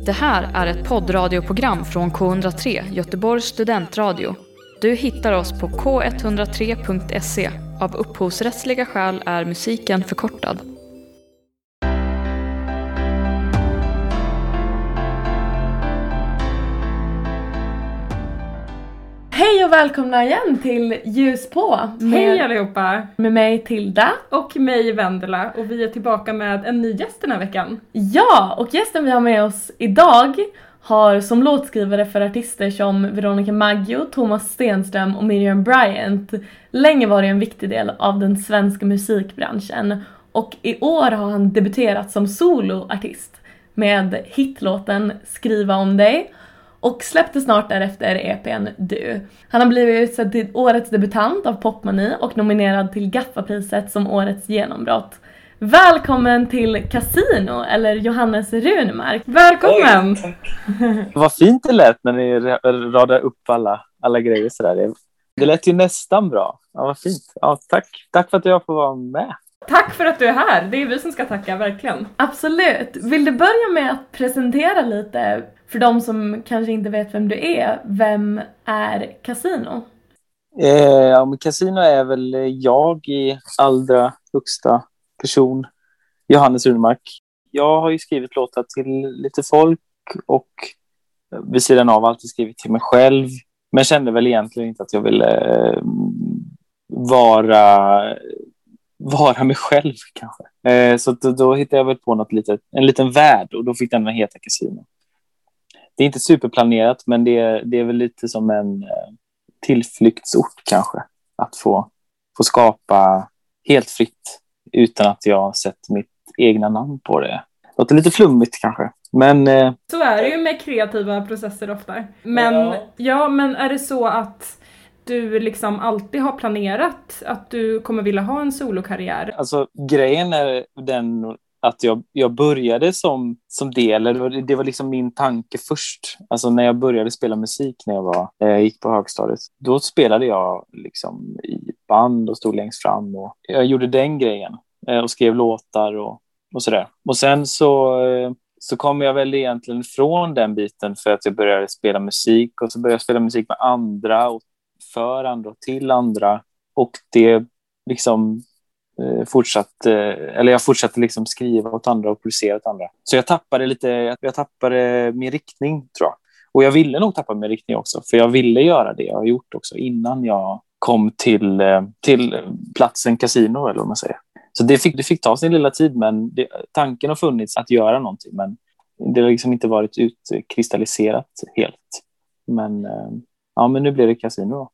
Det här är ett poddradioprogram från K103, Göteborgs studentradio. Du hittar oss på k103.se. Av upphovsrättsliga skäl är musiken förkortad. Hej och välkomna igen till Ljus på. Hej allihopa! Med mig Tilda. Och mig Vendela. Och vi är tillbaka med en ny gäst den här veckan. Ja, och gästen vi har med oss idag har som låtskrivare för artister som Veronica Maggio, Thomas Stenström och Miriam Bryant länge varit en viktig del av den svenska musikbranschen. Och i år har han debuterat som soloartist med hitlåten Skriva om dig. Och släppte snart därefter EP:n Du. Han har blivit utsedd till årets debutant av Popmani och nominerad till Gaffapriset som årets genombrott. Välkommen till Casino, eller Johannes Runemark. Välkommen! Oj, vad fint det lät när ni radade upp alla grejer sådär. Det lät ju nästan bra. Ja, vad fint. Ja, tack för att jag får vara med. Tack för att du är här. Det är vi som ska tacka, verkligen. Absolut. Vill du börja med att presentera lite för de som kanske inte vet vem du är? Vem är Casino? Ja, men Casino är väl jag i allra högsta person. Johannes Runemark. Jag har ju skrivit låtar till lite folk och vid sidan av alltid skrivit till mig själv. Men kände väl egentligen inte att jag ville vara mig själv kanske. Så då hittade jag väl på en liten värld och då fick den heta Casino. Det är inte superplanerat, men det är väl lite som en tillflyktsort kanske. Att få skapa helt fritt utan att jag sett mitt egna namn på det. Det låter lite flummigt kanske. Men, så är det ju med kreativa processer ofta. Men, men är det så att du liksom alltid har planerat att du kommer vilja ha en solokarriär? Alltså grejen är den att jag började som del, det var liksom min tanke först. Alltså när jag började spela musik när jag gick på högstadiet. Då spelade jag liksom i band och stod längst fram och jag gjorde den grejen och skrev låtar och sådär. Och sen så kom jag väl egentligen från den biten för att jag började spela musik och så började jag spela musik med andra och för andra och till andra och det liksom jag fortsatte liksom skriva åt andra och producera åt andra. Så jag tappade min riktning tror jag. Och jag ville nog tappa min riktning också för jag ville göra det jag har gjort också innan jag kom till platsen Casino eller vad man säger. Så det fick ta sin lilla tid men tanken har funnits att göra någonting men det har liksom inte varit utkristalliserat helt. Men men nu blir det Casino då.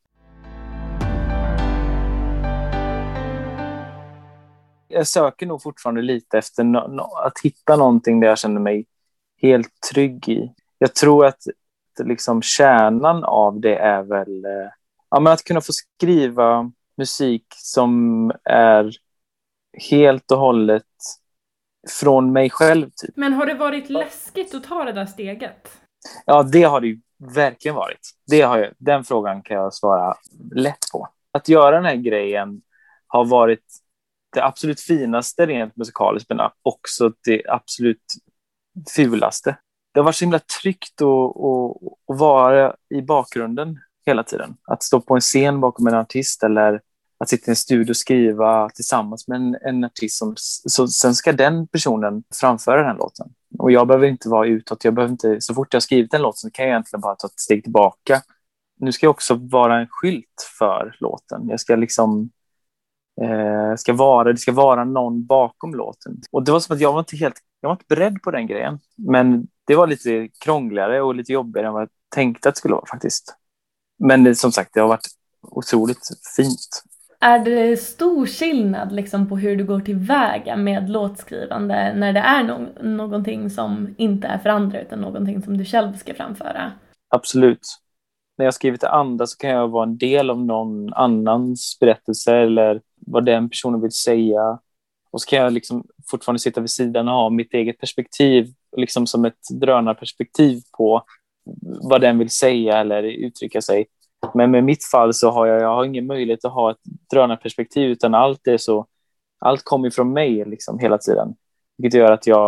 Jag söker nog fortfarande lite efter att hitta någonting där jag känner mig helt trygg i. Jag tror att liksom kärnan av det är väl att kunna få skriva musik som är helt och hållet från mig själv. Typ. Men har det varit läskigt att ta det där steget? Ja, det har det ju verkligen varit. Den frågan kan jag svara lätt på. Att göra den här grejen har varit det absolut finaste rent musikaliskt men också det absolut fulaste. Det har varit så himla tryggt att vara i bakgrunden hela tiden. Att stå på en scen bakom en artist eller att sitta i en studio och skriva tillsammans med en artist så sen ska den personen framföra den låten. Och jag behöver inte vara utåt. Så fort jag har skrivit en låt så kan jag egentligen bara ta ett steg tillbaka. Nu ska jag också vara en skylt för låten. Jag ska liksom det ska vara någon bakom låten. Och det var som att jag var inte beredd på den grejen. Men det var lite krångligare och lite jobbigare än vad jag tänkte att det skulle vara faktiskt. Men som sagt, det har varit otroligt fint. Är det stor skillnad liksom på hur du går tillväga med låtskrivande när det är någonting som inte är för andra utan någonting som du själv ska framföra? Absolut. När jag skriver till andra så kan jag vara en del av någon annans berättelse eller vad den personen vill säga. Och så kan jag liksom fortfarande sitta vid sidan och ha mitt eget perspektiv liksom som ett drönarperspektiv på vad den vill säga eller uttrycka sig. Men med mitt fall så har jag ingen möjlighet att ha ett drönarperspektiv utan allt kommer från mig liksom hela tiden. Vilket gör att jag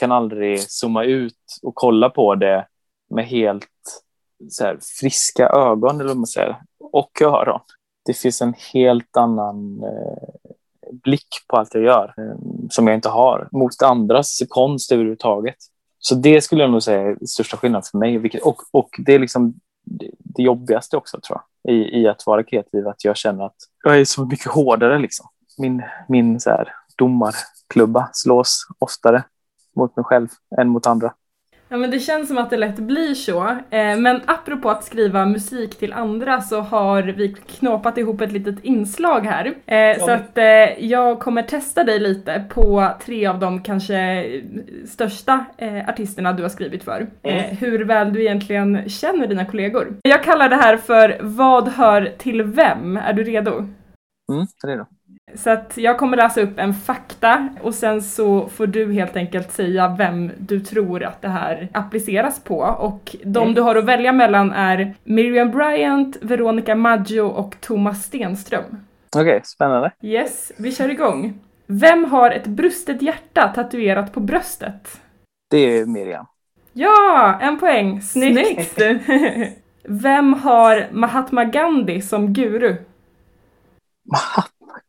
kan aldrig zooma ut och kolla på det med helt så här, friska ögon eller vad man säger, och öron. Det finns en helt annan blick på allt jag gör som jag inte har mot andras konst överhuvudtaget. Så det skulle jag nog säga är största skillnaden för mig. Och det är liksom det jobbigaste också, tror jag, i att vara kreativ, att jag känner att jag är så mycket hårdare liksom. Min så här, domarklubba slås oftare mot mig själv än mot andra. Ja, men det känns som att det lätt blir så. Men apropå att skriva musik till andra så har vi knåpat ihop ett litet inslag här. Så att jag kommer testa dig lite på 3 av de kanske största artisterna du har skrivit för. Hur väl du egentligen känner dina kollegor. Jag kallar det här för Vad hör till vem? Är du redo? Redo. Så att jag kommer läsa upp en fakta och sen så får du helt enkelt säga vem du tror att det här appliceras på. Och de du har att välja mellan är Miriam Bryant, Veronica Maggio och Thomas Stenström. Okej, spännande. Yes, vi kör igång. Vem har ett brustet hjärta tatuerat på bröstet? Det är Miriam. Ja, 1 poäng. Snyggt! Vem har Mahatma Gandhi som guru? Mahatma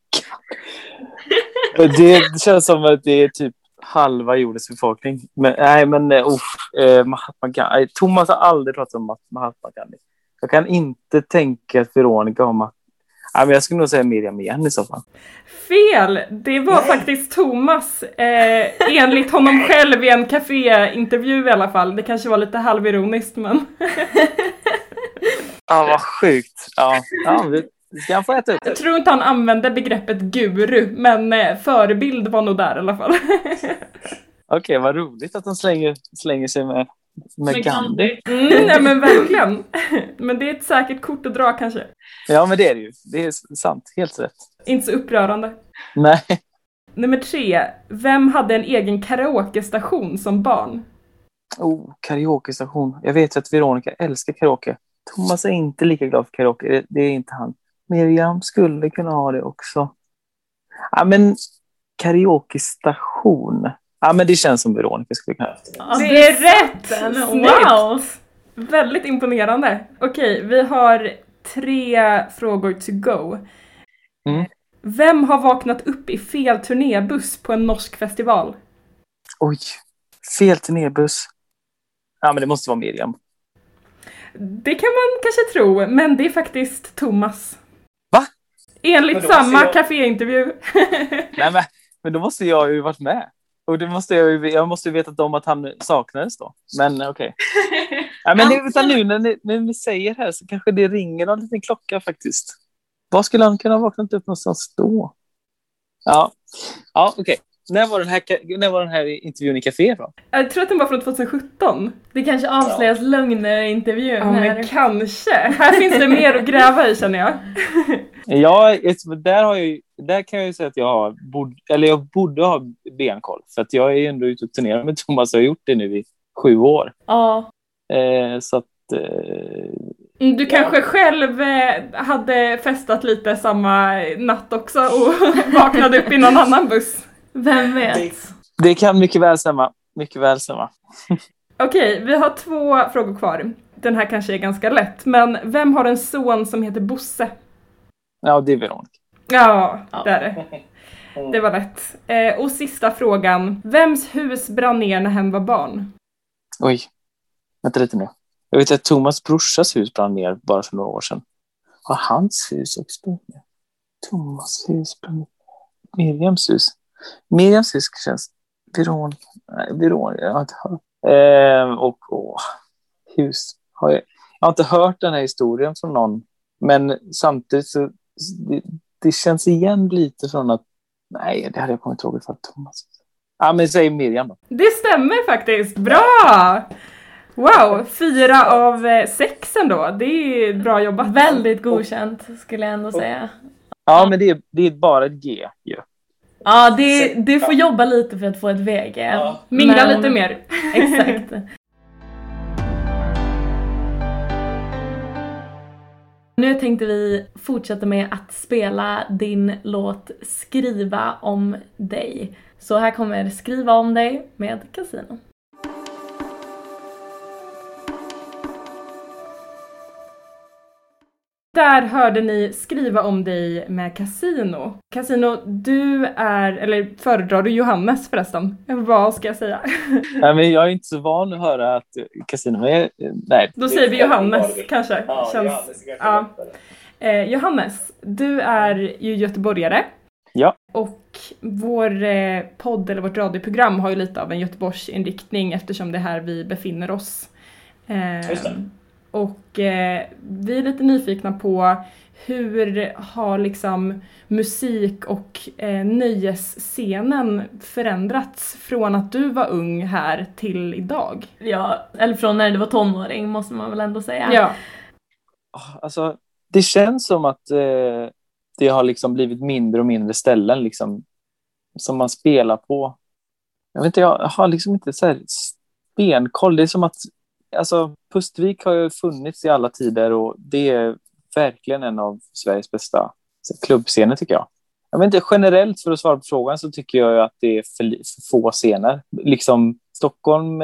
Gandhi. Det känns som att det är typ halva jordens befolkning. Men Mahatma Gandhi. Thomas har aldrig pratat om Mahatma Gandhi. Jag kan inte tänka att Veronica har men jag skulle nog säga Miriam igen i så fall. Fel! Det var faktiskt Thomas. Enligt honom själv i en café-intervju i alla fall. Det kanske var lite halvironiskt, men... Ja, vad sjukt. Ja, ska han få äta upp? Jag tror inte han använde begreppet guru, men förebild var nog där i alla fall. Okej, vad roligt att de slänger sig med Gandhi. Nej, men verkligen. Men det är ett säkert kort att dra kanske. Ja, men det är det ju. Det är sant, helt rätt. Inte så upprörande. Nej. Nummer 3. Vem hade en egen karaoke-station som barn? Karaoke-station. Jag vet att Veronica älskar karaoke. Thomas är inte lika glad för karaoke. Det är inte han. Miriam skulle kunna ha det också. Ja, men karaoke-station. Ja, men det känns som Veronica skulle kunna ha. Det är rätt! Wow! Väldigt imponerande. Okej, vi har 3 frågor to go. Vem har vaknat upp i fel turnébuss på en norsk festival? Oj, fel turnébuss. Ja, men det måste vara Miriam. Det kan man kanske tro, men det är faktiskt Thomas. Va? Enligt samma caféintervju. Nej, men då måste jag ju varit med. Och det måste jag måste ju vetat om att han saknades då. Men okej. Ja, men utan nu när ni säger här så kanske det ringer en liten klocka faktiskt. Vad skulle han kunna ha vaknat upp någonstans då? Ja, okej. När var den här intervjun i café då? Jag tror att den var från 2017. Det kanske avslöjas lögner i intervjun. Ja, men kanske. Här finns det mer att gräva i, känner jag. Ja, där kan jag ju säga att jag borde ha benkoll. För att jag är ändå ute och turnerar med Thomas och har gjort det nu i 7 år. Ja. Så att... Du kanske själv hade festat lite samma natt också och vaknade upp i någon annan buss. Vem vet? Det kan mycket väl stämma. Okej, vi har 2 frågor kvar. Den här kanske är ganska lätt. Men vem har en son som heter Bosse? Ja, det är Veronica. Ja, det är det. Det var lätt. Och sista frågan. Vems hus brann ner när hen var barn? Oj, vänta lite nu. Jag vet att Thomas brorsas hus brann ner bara för några år sedan. Har hans hus också brunnit ner? Thomas hus brann ner. Miriams hus. Miriams hus känns... Veronica, jag har inte hört. Hus. Jag har inte hört den här historien från någon. Men samtidigt så... Det känns igen lite från att... Nej, det hade jag kommit ihåg för Thomas. Ja, men säg Miriam då. Det stämmer faktiskt. Bra! Wow, 4 av 6 ändå. Det är bra jobbat. Väldigt godkänt skulle jag ändå säga. Ja, men det är bara ett G ju. Ja, det får jobba lite för att få ett VG. Ja. Mingla lite mer. Exakt. Nu tänkte vi fortsätta med att spela din låt Skriva om dig. Så här kommer Skriva om dig med Casino. Där hörde ni Skriva om dig med Casino. Casino, du föredrar du Johannes förresten? Vad ska jag säga? Nej, men jag är inte så van att höra att Casino är... Nej. Då säger vi Johannes kanske. Ja, Johannes, Johannes, du är ju göteborgare. Ja. Och vår podd eller vårt radioprogram har ju lite av en Göteborgsinriktning eftersom det är här vi befinner oss. Just det. Och vi är lite nyfikna på hur har liksom musik- och nöjesscenen förändrats från att du var ung här till idag? Ja, eller från när du var tonåring måste man väl ändå säga. Ja. Alltså, det känns som att det har liksom blivit mindre och mindre ställen liksom, som man spelar på. Jag vet inte, jag har liksom inte så här benkoll. Det är som att alltså, Pustervik har ju funnits i alla tider och det är verkligen en av Sveriges bästa klubbscener tycker jag. Jag vet inte, generellt för att svara på frågan så tycker jag att det är för få scener. Liksom, Stockholm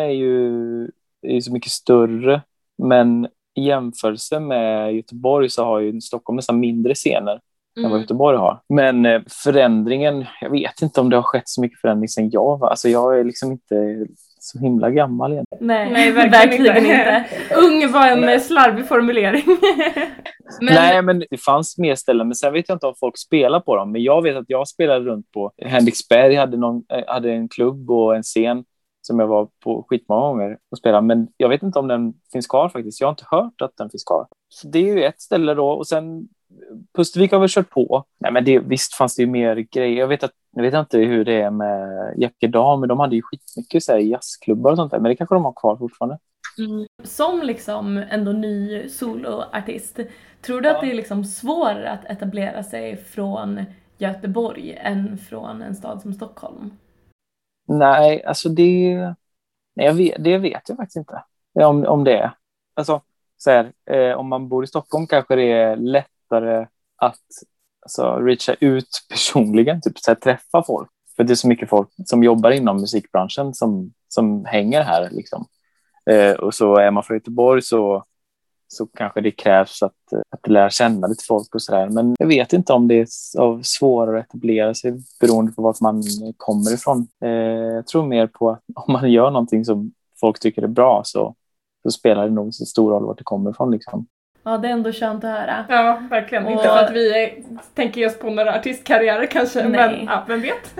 är så mycket större, men i jämförelse med Göteborg så har ju Stockholm nästan mindre scener än vad Göteborg har. Men förändringen, jag vet inte om det har skett så mycket förändring sen jag var. Alltså jag är liksom inte så himla gammal egentligen. Nej, verkligen inte. Ung var en slarvig formulering. Nej, men det fanns mer ställen. Men sen vet jag inte om folk spelar på dem. Men jag vet att jag spelade runt på Henriksberg. Hade en klubb och en scen som jag var på skitmånga gånger och spelade. Men jag vet inte om den finns kvar faktiskt. Jag har inte hört att den finns kvar. Så det är ju ett ställe då. Och sen Pustervik har väl kört på. Nej, men visst fanns det ju mer grejer. Jag vet inte hur det är med Jacke Dam, men de hade ju skitmycket så här jazzklubbar och sånt där. Men det kanske de har kvar fortfarande. Som liksom ändå ny soloartist, tror du att det är liksom svårare att etablera sig från Göteborg än från en stad som Stockholm? Nej, alltså det vet jag faktiskt inte. Om det är. Alltså, så här, om man bor i Stockholm kanske det är lättare att reacha ut personligen, typ så här, träffa folk. För det är så mycket folk som jobbar inom musikbranschen som hänger här liksom. Och så är man från Göteborg så kanske det krävs att lära känna lite folk och sådär. Men jag vet inte om det är svårare att etablera sig beroende på vart man kommer ifrån. Jag tror mer på att om man gör någonting som folk tycker är bra så spelar det nog så stor roll vart det kommer ifrån liksom. Ja, det är ändå skönt att höra. Ja, verkligen. Inte för att vi tänker just på några artistkarriärer kanske, Nej. Men ja, vem vet?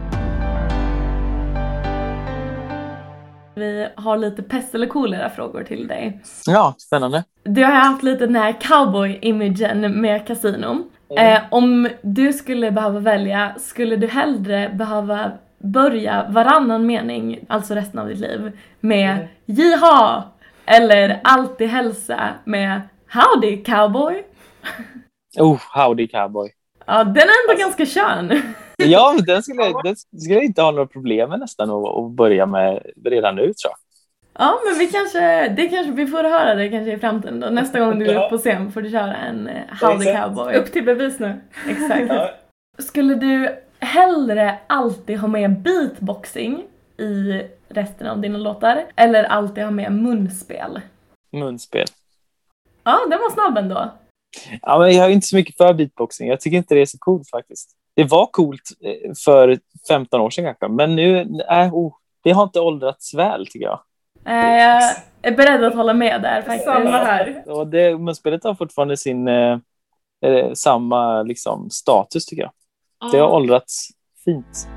Vi har lite pest eller kolera frågor till dig. Ja, spännande. Du har haft lite den här cowboy-imagen med Casino. Om du skulle behöva välja, skulle du hellre behöva börja varannan mening, alltså resten av ditt liv, med jiha eller alltid hälsa med howdy cowboy? Howdy cowboy. Ja, den är ändå ganska kön. Ja, den skulle inte ha några problem med nästan att börja med redan nu, tror jag. Ja, men vi får höra det kanske i framtiden då. Nästa gång du är uppe på scen får du köra en howdy cowboy. Upp till bevis nu. Exakt. Ja. Skulle du hellre alltid ha med beatboxing i resten av dina låtar eller alltid ha med munspel? Munspel. Ja, den var snabb ändå. Ja, men jag är inte så mycket för beatboxing. Jag tycker inte det är så coolt faktiskt. Det var coolt för 15 år sedan kanske. Men nu, det har inte åldrats väl tycker jag. Jag är beredd att hålla med där faktiskt. Samma här. Och munspelet har fortfarande sin samma liksom, status tycker jag. Det har åldrats fint.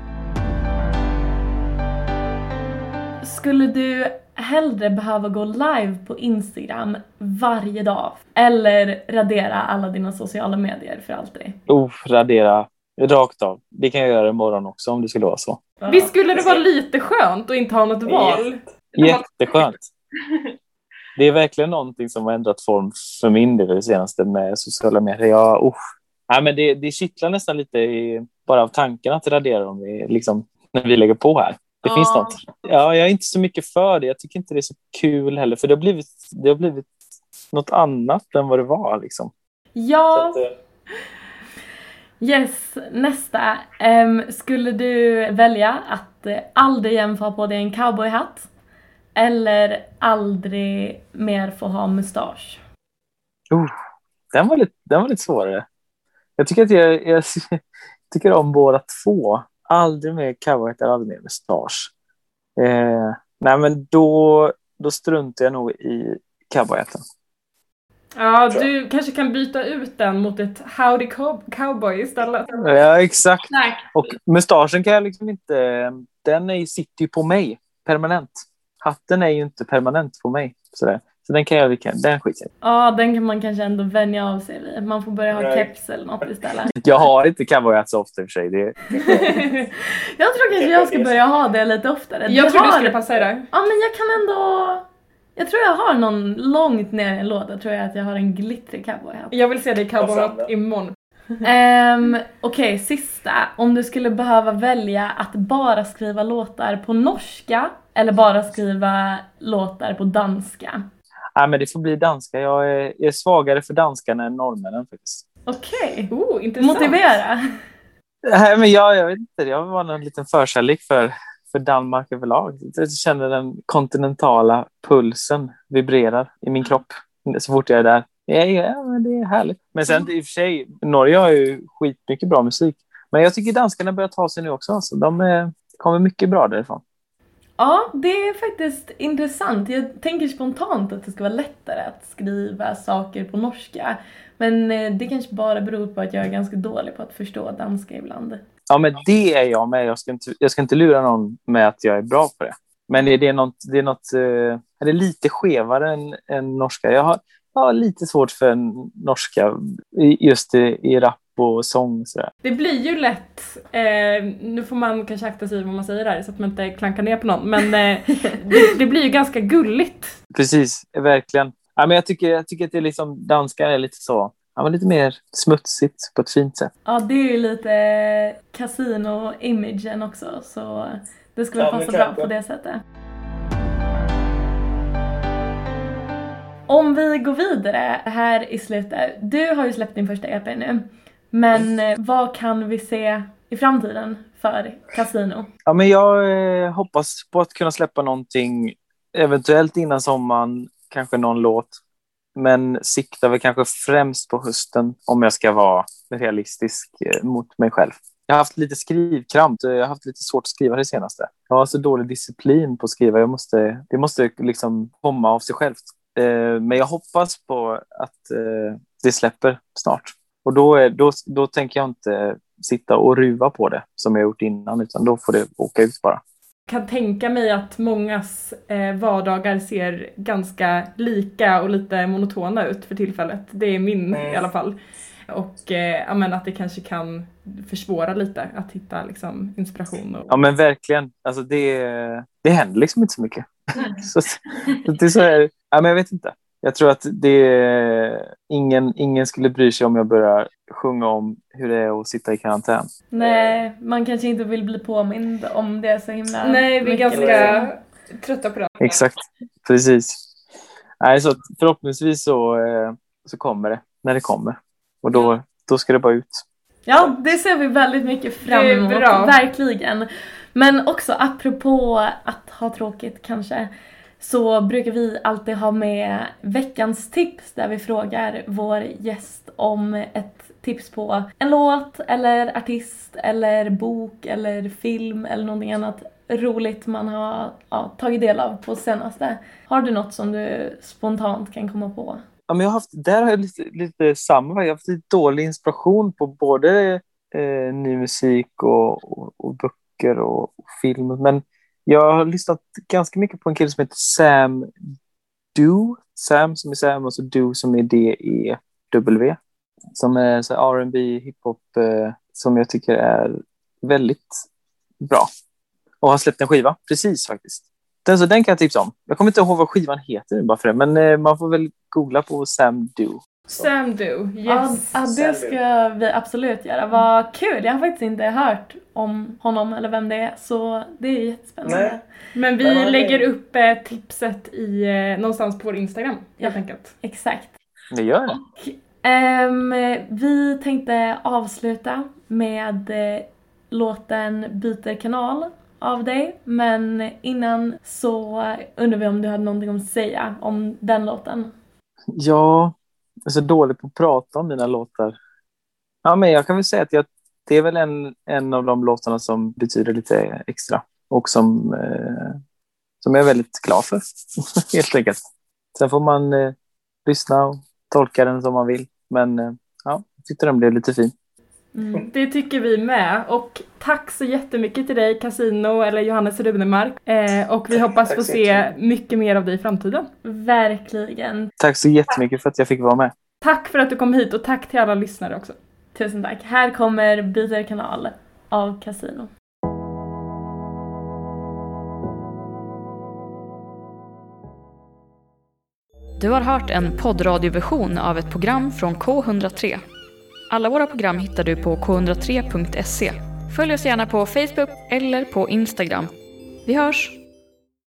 Skulle du hellre behöva gå live på Instagram varje dag eller radera alla dina sociala medier för alltid? Radera rakt av. Det kan jag göra imorgon också om det skulle vara så. Visst skulle det vara lite skönt att inte ha något val? Jätteskönt. Det är verkligen någonting som har ändrat form för min del det senaste med sociala medier. Men det kittlar nästan lite bara av tanken att radera dem liksom, när vi lägger på här. Det finns något. Ja, jag är inte så mycket för det. Jag tycker inte det är så kul heller. För det har blivit något annat än vad det var liksom. Ja. Yes, nästa. Skulle du välja att aldrig igen få ha på dig en cowboyhatt eller aldrig mer få ha mustasch? Den var lite svårare. Jag tycker att jag tycker om båda två. Aldrig mer cowboyhatt eller aldrig mer mustasch. Nej, men då struntar jag nog i cowboyhatten. Ja, du kanske kan byta ut den mot ett howdy cowboy istället. Ja, exakt. Nej. Och mustaschen kan jag liksom inte... sitter ju på mig permanent. Hatten är ju inte permanent på mig. Så den kan jag den skiter. Ja, den kan man kanske ändå vänja av sig vid. Man får börja ha keps eller något istället. Jag har inte cowboyhatt så ofta i och för sig. Jag tror kanske jag ska börja ha det lite oftare. Jag tror du skulle passa i det. Ja, men jag kan ändå... Jag tror jag har någon långt ner i en låda. Tror jag att jag har en glittrig cowboyhatt. Jag vill se dig cowboyhatt imorgon. Okej, sista. Om du skulle behöva välja att bara skriva låtar på norska eller bara skriva låtar på danska? Nej, men det får bli danska. Jag är svagare för danskarna än norrmännen faktiskt. Okej. Intressant. Motivera. Nej, men jag vet inte. Jag var en liten förkärlek för Danmark överlag. Jag känner den kontinentala pulsen vibrerar i min kropp så fort jag är där. Ja, men det är härligt. Men sen i och för sig, Norge har ju skitmycket bra musik. Men jag tycker danskarna börjar ta sig nu också. Så de kommer mycket bra därifrån. Ja, det är faktiskt intressant. Jag tänker spontant att det ska vara lättare att skriva saker på norska. Men det kanske bara beror på att jag är ganska dålig på att förstå danska ibland. Ja, men det är jag med. Jag ska inte lura någon med att jag är bra på det. Men är det lite skevare än norska. Jag har lite svårt för norska just i rap och sång. Sådär. Det blir ju lätt, nu får man kanske akta sig vad man säger där så att man inte klankar ner på någon. Men det blir ju ganska gulligt. Precis, verkligen. Ja, men jag tycker att det är liksom, danska är lite så. Ja, men lite mer smutsigt på ett fint sätt. Ja, det är ju lite casino-imagen också. Så det skulle passa bra på det sättet. Om vi går vidare här i slutet. Du har ju släppt din första EP nu. Men vad kan vi se i framtiden för Casino? Ja, men jag hoppas på att kunna släppa någonting eventuellt innan sommaren. Kanske någon låt. Men siktar väl kanske främst på hösten om jag ska vara realistisk mot mig själv. Jag har haft lite skrivkramp. Jag har haft lite svårt att skriva det senaste. Jag har så dålig disciplin på att skriva. Det måste liksom komma av sig självt. Men jag hoppas på att det släpper snart. Och då tänker jag inte sitta och ruva på det som jag gjort innan. Utan då får det åka ut bara. Kan tänka mig att mångas vardagar ser ganska lika och lite monotona ut för tillfället. Det är min i alla fall. Och att det kanske kan försvåra lite att hitta liksom, inspiration. Ja, men verkligen. Alltså det händer liksom inte så mycket. Så det är så här, ja, men jag vet inte. Jag tror att ingen skulle bry sig om jag börjar sjunga om hur det är att sitta i karantän. Nej, man kanske inte vill bli påmind om det så himla. Nej, vi är ganska trötta på det. Exakt, precis. Nej, så förhoppningsvis så kommer det när det kommer. Och då ska det bara ut. Ja, det ser vi väldigt mycket fram emot. Verkligen. Men också apropå att ha tråkigt kanske. Så brukar vi alltid ha med veckans tips där vi frågar vår gäst om ett tips på en låt eller artist eller bok eller film eller någonting annat roligt man har tagit del av på senaste. Har du något som du spontant kan komma på? Ja, men där har jag lite samma. Jag har haft lite dålig inspiration på både ny musik och böcker och film. Men jag har lyssnat ganska mycket på en kille som heter Sam Do. Sam som är Sam och så Do som är D-E-W. Som är så R&B, hiphop som jag tycker är väldigt bra. Och har släppt en skiva, precis faktiskt. Den kan jag tipsa om. Jag kommer inte ihåg vad skivan heter bara för det. Men man får väl googla på Sam Do. Sam Do, yes. Ja, det ska vi absolut göra. Vad kul, jag har faktiskt inte hört om honom eller vem det är. Så det är jättespännande. Nej. Men vi lägger upp tipset någonstans på vår Instagram helt enkelt. Exakt. Det gör det. Vi tänkte avsluta med låten Byter kanal av dig. Men innan så undrar vi om du hade någonting att säga om den låten. Ja, jag är så dålig på att prata om mina låtar. Ja, men jag kan väl säga att det är väl en av de låtarna som betyder lite extra. Och som jag är väldigt glad för, helt enkelt. Sen får man lyssna och tolka den som man vill. Men jag tyckte den blev lite fin. Det tycker vi med. Och tack så jättemycket till dig, Casino eller Johannes Runemark. Och vi hoppas få se mycket mer av dig i framtiden. Verkligen. Tack så jättemycket för att jag fick vara med. Tack för att du kom hit och tack till alla lyssnare också. Tusen tack. Här kommer Byter kanal av Casino. Du har hört en poddradioversion av ett program från K103. Alla våra program hittar du på k103.se. Följ oss gärna på Facebook eller på Instagram. Vi hörs!